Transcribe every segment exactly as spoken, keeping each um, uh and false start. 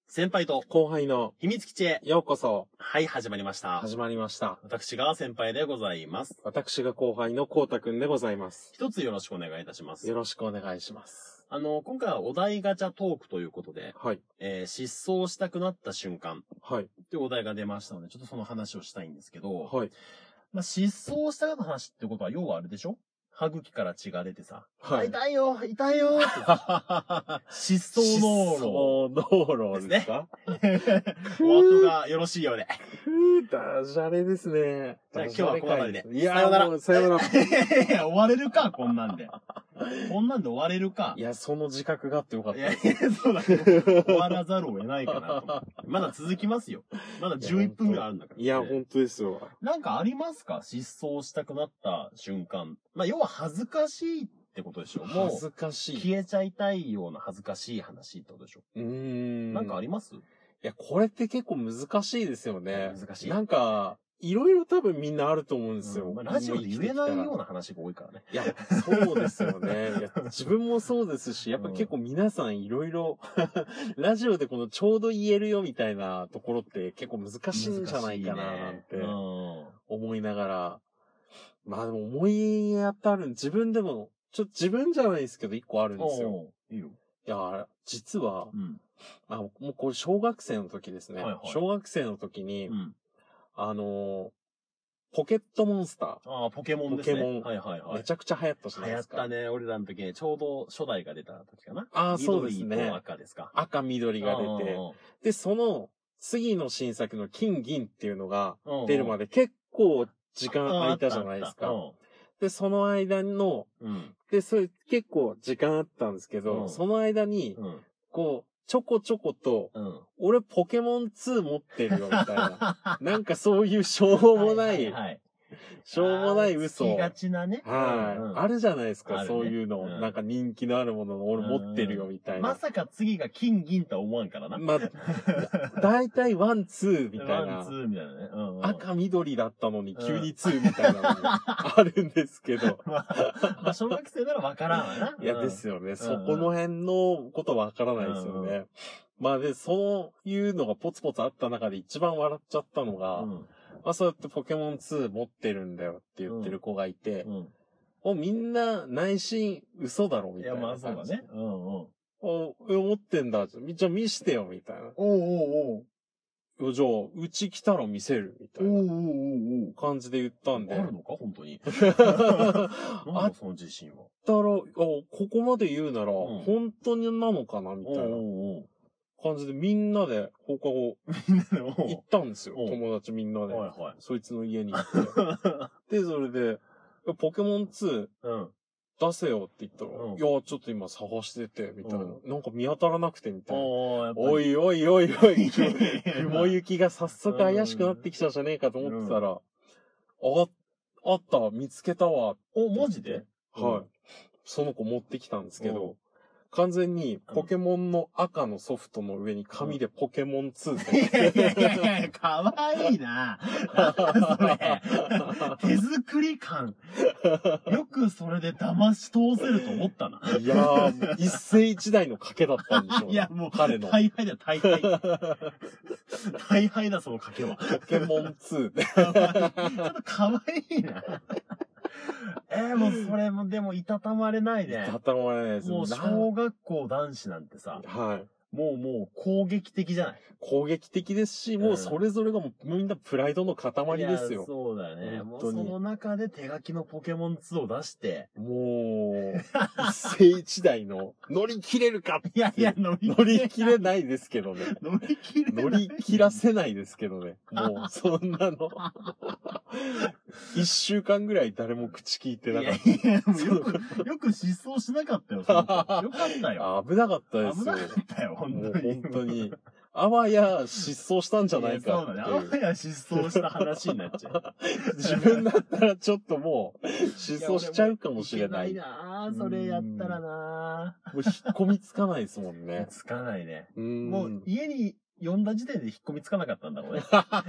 先輩と後輩の秘密基地へようこそ。 はい、始まりました。 始まりました。 私が先輩でございます。 私が後輩のこうたくんでございます。 一つよろしくお願いいたします。 よろしくお願いします。 あの、今回はお題ガチャトークということで、 はい。 えー、失踪したくなった瞬間。 はい。 というお題が出ましたので、ちょっとその話をしたいんですけど、 はい。 まあ、失踪したくなった話ってことは、要はあれでしょ？歯茎から血が出てさ、 はい。 痛いよ痛いよって失踪道路。 失踪道路ですか？ お後がよろしいようで。 ふぅ、ダジャレですね。 じゃあ今日はここまでで。 いや、さよなら。さよなら。 終われるか、こんなんで。こんなんで終われるか。 いや、その自覚があってよかった。 いやいや、そうだね。終わらざるを得ないかなと。まだ続きますよ。まだじゅういっぷんぐらいあるんだから、ね。 いや、本当ですよ。 なんかありますか？失踪したくなった瞬間。まあ、要は恥ずかしいってことでしょ。もう恥ずかしい。 消えちゃいたいような恥ずかしい話ってことでしょ。 うーん。 なんかあります？いや、これって結構難しいですよね。 難しい。 なんか、いろいろ多分みんなあると思うんですよ。 うんまあ、ラジオで言えないような話が多いからね。 いや、そうですよね。いや自分もそうですし、やっぱ結構皆さんいろいろ、ラジオでこのちょうど言えるよみたいなところって結構難しいんじゃないかななんて思いながら、まあでも思い当たる、自分でも、ちょっと自分じゃないですけど一個あるんですよ。 いいよ。 いや、実は、 うん、 あもうこれ小学生の時ですね。 はいはい、 小学生の時に、 うんあのー、ポケットモンスター。 ああ、ポケモンですね。 ポケモン。 はいはいはい。 めちゃくちゃ流行ったじゃないですか。 流行ったね。俺らの時ね、ちょうど初代が出た時かな。 ああ、そうですね。 緑と赤ですか。 赤、緑が出て。で、その次の新作の金、銀っていうのが出るまで結構時間空いたじゃないですか。で、その間の、うん、で、それ結構時間あったんですけど、うん、その間に、うん、こう、ちょこちょこと、うん、俺ポケモンツー持ってるよみたいな。なんかそういうしょうもない、はいはいはい、しょうもない嘘。 つきがちなね。 はい、うん。あるじゃないですか、 ね、 そういうの、うん。なんか人気のあるものを俺持ってるよみたいな。 まさか次が金銀とは思わんからな。まあ、だいたいワン、ツーみたいな。 ワン、ツーみたいなね。うんうん、 赤、緑だったのに急にツーみたいなのがあるんですけど。 まあ、まあ、小学生ならわからんわな。 いや、ですよね。うん、そこの辺のことわからないですよね。うんうん、まあで、そういうのがポツポツあった中で一番笑っちゃったのが、うん、まあそうやってポケモンツー持ってるんだよって言ってる子がいて、うん、おみんな内心嘘だろみたいな。 いや、まあそうだね。うんうん。 お、持ってんだ。じゃあ見してよみたいな。 おうおうおう。じゃあ、うち来たら見せるみたいな。 おうおうおう感じで言ったんで。 あるのか本当に。なんだその自信は。 だら、あ、ここまで言うなら、うん、本当になのかなみたいな。おうおう感じでみんなで放課後行ったんですよ。友達みんなで。はいはい、そいつの家に行って。で、それで、ポケモンツー、うん、出せよって言ったら、うん、いや、ちょっと今探してて、みたいな、うん。なんか見当たらなくて、みたいな。おいおいおいおい、雲行きが早速怪しくなってきたじゃねえかと思ってたら、うん、あ、あった、見つけたわ。 お、マジで？ はい。その子持ってきたんですけど、完全にポケモンの赤のソフトの上に紙でポケモンツーって。 いやいやいやいや、かわいいな。それ。手作り感。よくそれで騙し通せると思ったな。 いやー、一世一代の賭けだったんでしょうね。 いや、もう、 彼の。 大敗だよ、大敗。大敗だ、その賭けは。 ポケモンツー。 ちょっとかわいいな。えー、もうそれもでもいたたまれないね。 いたたまれないです。 もう小学校男子なんてさ。 はい。 もうもう攻撃的じゃない？ 攻撃的ですし、もうそれぞれがもうみんなプライドの塊ですよ。 いやそうだよね。もうその中で手書きのポケモンツーを出して。 もう、一世一代の乗り切れるかって。 いやいや、乗り乗り切れないですけどね。 乗り切れない。 乗り切らせないですけどね。もう、そんなの。一週間ぐらい誰も口聞いてなかった。いやいやよく、よく失踪しなかったよ。よかったよ。 危なかったですよ。 危なかったよ、本当に。 本当に。あわや失踪したんじゃないかっていう。 そうだね。あわや失踪した話になっちゃう。 自分だったらちょっともう、失踪しちゃうかもしれない。 いけないなぁ。それやったらなぁ。もう引っ込みつかないですもんね。 つかないね。もう家に呼んだ時点で引っ込みつかなかったんだろうね。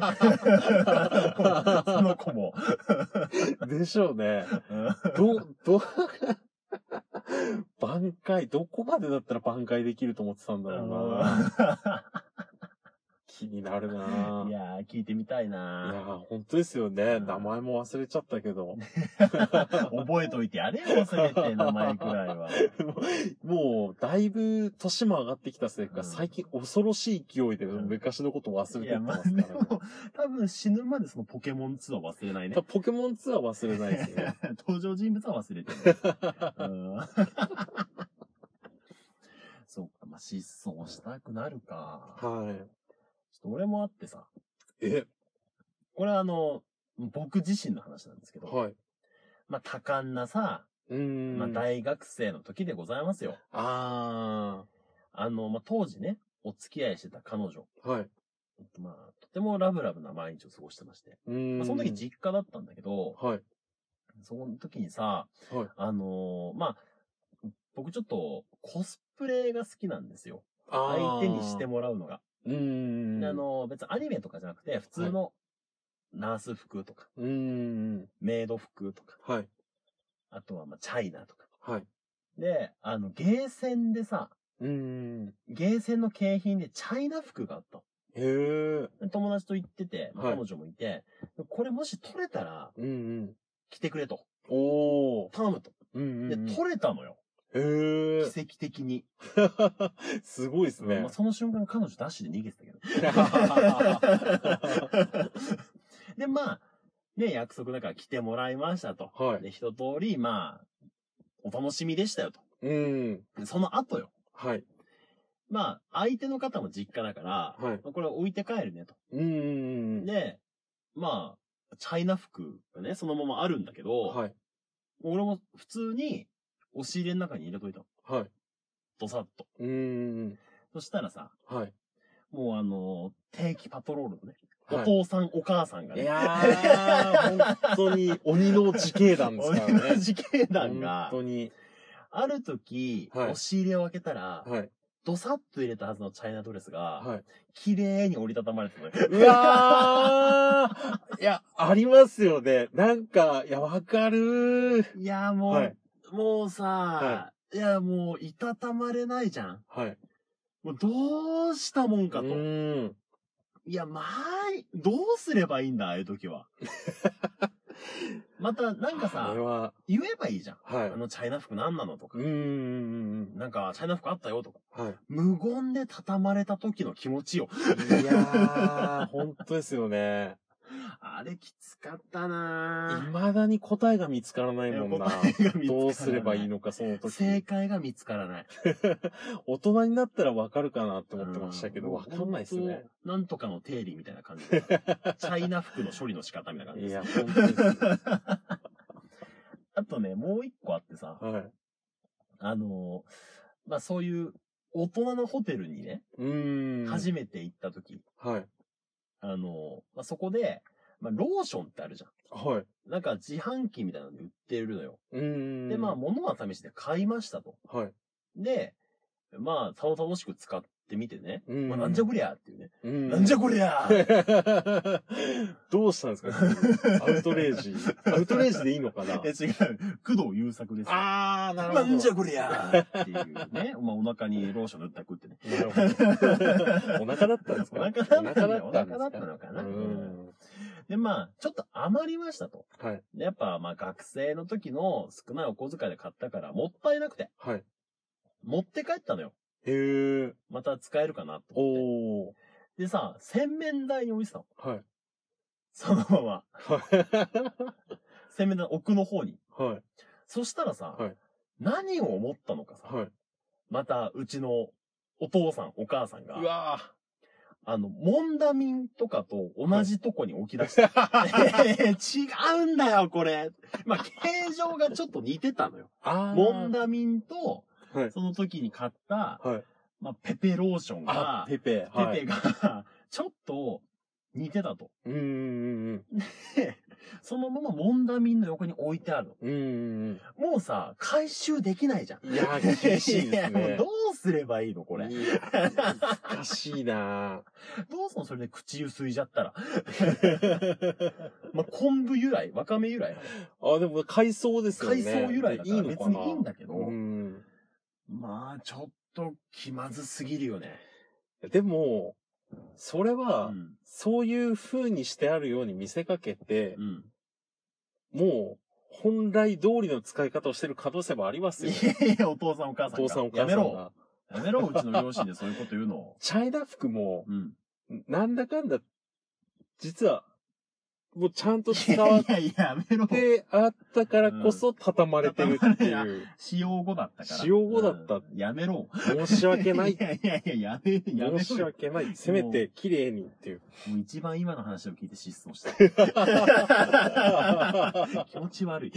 その子も。 でしょうね。ど、ど、挽回、どこまでだったら挽回できると思ってたんだろうな。 になるなぁ。 いやー、聞いてみたいいなやー、本当ですよね。名前も忘れちゃったけど。 覚えといてやれよ、せめて名前くらいは。 もう、だいぶ年も上がってきたせいか、 うん最近恐ろしい勢いでうん昔のこと忘れいや、 てってまあ、 ますからね。 でも、多分死ぬまでそのポケモンツアー忘れないね多。分ポケモンツアー忘れないですね。 登場人物は忘れてる。うんそうか、まあ、失踪したくなるか。 はい。 ちょっと俺もあってさ、 え、 これはあの、僕自身の話なんですけど、 はい。 まあ、多感なさ、 うーん。 まあ、大学生の時でございますよ。 ああの、まあ、当時ね、お付き合いしてた彼女。 ー。はい。 まあ、とてもラブラブな毎日を過ごしてまして。 うーん。 まあ、その時実家だったんだけど、 はい。 その時にさ、 はい。 あのーまあ、僕ちょっとコスプレが好きなんですよ。 あー相手にしてもらうのが。 うーん。 であのー別にアニメとかじゃなくて、普通のナース服とか、 うーん。 メイド服とか、 はい。 あとはまあチャイナとか。 はい。 で、あの、ゲーセンでさ、 うーん。 ゲーセンの景品でチャイナ服があったの。 へー。 で友達と行ってて、まあはい彼女もいて、これもし取れたらうんうん。 着てくれと。 おー。 頼むと。 うんうんで、 うん。 取れたのよ。 へー。 奇跡的に。 すごいですねまあ、。その瞬間彼女ダッシュで逃げてたけど。で、まあ、ね、約束だから来てもらいましたと。 はい。 で、一通り、まあ、お楽しみでしたよと。 うん。 でその後よ。 はい。 まあ、相手の方も実家だから、 はい。 これ置いて帰るねと。 うんうんうん。 で、まあ、チャイナ服がね、そのままあるんだけど、 はい。 俺も普通に押し入れの中に入れといたの。 はい。 ドサッと。 うんうんそしたらさ、 うん。はい。 もうあの、定期パトロールのね、 はいお父さんお母さんがね、 いやー、本当に鬼の自警団ですから俺のね。 自警団が本、当に。 ある時、 はい押し入れを開けたら、 はい。 ドサッと入れたはずのチャイナドレスが、 はい。 綺麗に折りたたまれてたのよ。 うわーいや、ありますよね。なんか、いや、わかるー。 いや、もう、 はいもうさ、、 はいや、もう、いたたまれないじゃん。 はい。 もう、どうしたもんかうと。 ーん。 いや、まあ、どうすればいいんだ、ああいう時は。また、なんかあされ、は、 言えばいいじゃん。 はい。 あの、チャイナ服何なのとかうー。ん。 なんか、チャイナ服あったよとか。 はい。 無言で畳まれた時の気持ちよ。 いやー、本当ですよね。 あれきつかったなぁ。 未だに答えが見つからないもんな。 答えが見つからないどうすればいいのか、その時。 正解が見つからない。 大人になったらわかるかなって思ってましたけど、 うんわかんないですね。 本当なんとかの定理みたいな感じで。チャイナ服の処理の仕方みたいな感じいです。 や、本当です。 あとね、もう一個あってさ、 はい。 あのー、まあ、そういう大人のホテルにね、 うーん。 初めて行った時、 はい。 あのー、まあ、そこで、まあ、ローションってあるじゃん。 はい。 なんか自販機みたいなので売ってるのよ。 うーん。 で、まあ、物は試しで買いましたと。 はい。 で、まあ、楽しく使ってみてね。 うんまあ、なんじゃこりゃっていうね。 うーん。 なんじゃこりゃどうしたんですかアウトレイジ。アウトレイジでいいのかなえ、違う。工藤優作ですよ。 あー、なるほど。 なんじゃこりゃっていうね。まあ、お腹にローション塗ったくってね。 なるほど。お腹だったんですかお腹だったんだよお腹だったんですかお腹だったのかなうん。 で、まあ、ちょっと余りましたと。 はい。 でやっぱ、まあ、学生の時の少ないお小遣いで買ったから、もったいなくて、 はい。 持って帰ったのよ。 へー。 また使えるかなと思って。 おー。 でさ、洗面台に置いてたの。 はい。 そのまま。 は洗面台の奥の方に。 い。はい。 そしたらさ、 はい何を思ったのかさ、 はい。 また、うちのお父さん、お母さんがう、わあの、モンダミンとかと同じとこに置き出した。えー違うんだよ、これ。まあ、形状がちょっと似てたのよ。 あー。 モンダミンと、 はい。 その時に買った、 はい。 まあ、ペペローションがあ、、ペペ。はい。 ペペが、ちょっと似てたと。 うーん。 で、そのままモンダミンの横に置いてあるの。 うーん。 もうさ、回収できないじゃん。 いやー、厳しいですいやもうねど。うすればいいのこれ。 いや難しいなどうすんのそれで口ゆすいじゃったら。まあ、昆布由来、わかめ由来。 あ、でも海藻ですよね。 海藻由来だからいいのかな別にいいんだけどうん。 まあ、ちょっと気まずすぎるよね。 でも、 それは、うん、そういう風にしてあるように見せかけて、うん、もう、本来通りの使い方をしてる可能性もありますよ。 いやいや、お父さんお母さんが。 お父さんお母さんが。 やめろ。やめろ、うちの両親でそういうこと言うの。 チャイナ服も、うん、なんだかんだ、実は、もうちゃんと使わってあったからこそ畳まれてるっていう。 使用後だったから。 使用後だった。 やめろ。 申し訳ない。 いやいやいや、やめ、やめろ。 申し訳ない。せめて綺麗にっていう。 もう一番今の話を聞いて失踪した。気持ち悪い。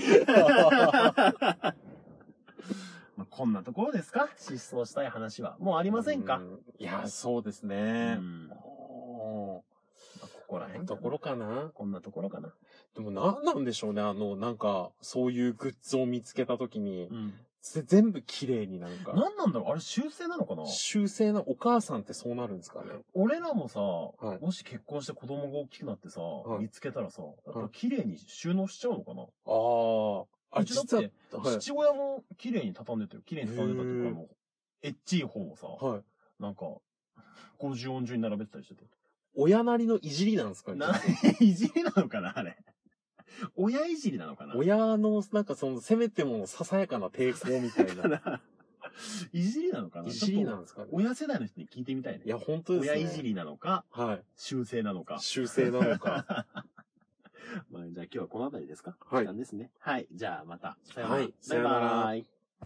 こんなところですか？失踪したい話は。もうありませんか？ いや、そうですね。うんここら辺ところかなこんなところかなでも何なんでしょうね。あの、なんか、そういうグッズを見つけたときに、うん、全部綺麗になんか。 何なんだろうあれ修正なのかな修正な、お母さんってそうなるんですかね。 俺らもさ、はい、もし結婚して子供が大きくなってさ、はい、見つけたらさ、やっぱ綺麗に収納しちゃうのかな、はい、ああ。あ、実は、父親も綺麗に畳んでたよ。綺麗に畳んでたっていうか、あの、エッチい方をさ、はい、なんか、ごじゅう音順に並べてたりしてて。 親なりのいじりなんですかねいじりなのかなあれ。親いじりなのかな親の、なんかその、せめてものささやかな抵抗みたいな。 いじりなのかないじりなんですかね親世代の人に聞いてみたいね。 いや、本当ですね。 親いじりなのか、はい。修正なのか。 修正なのか。 まあ、じゃあ今日はこの辺りですか？ はい。 時間ですね。はい。じゃあまた。 さよなら。はい。 バイバーイ。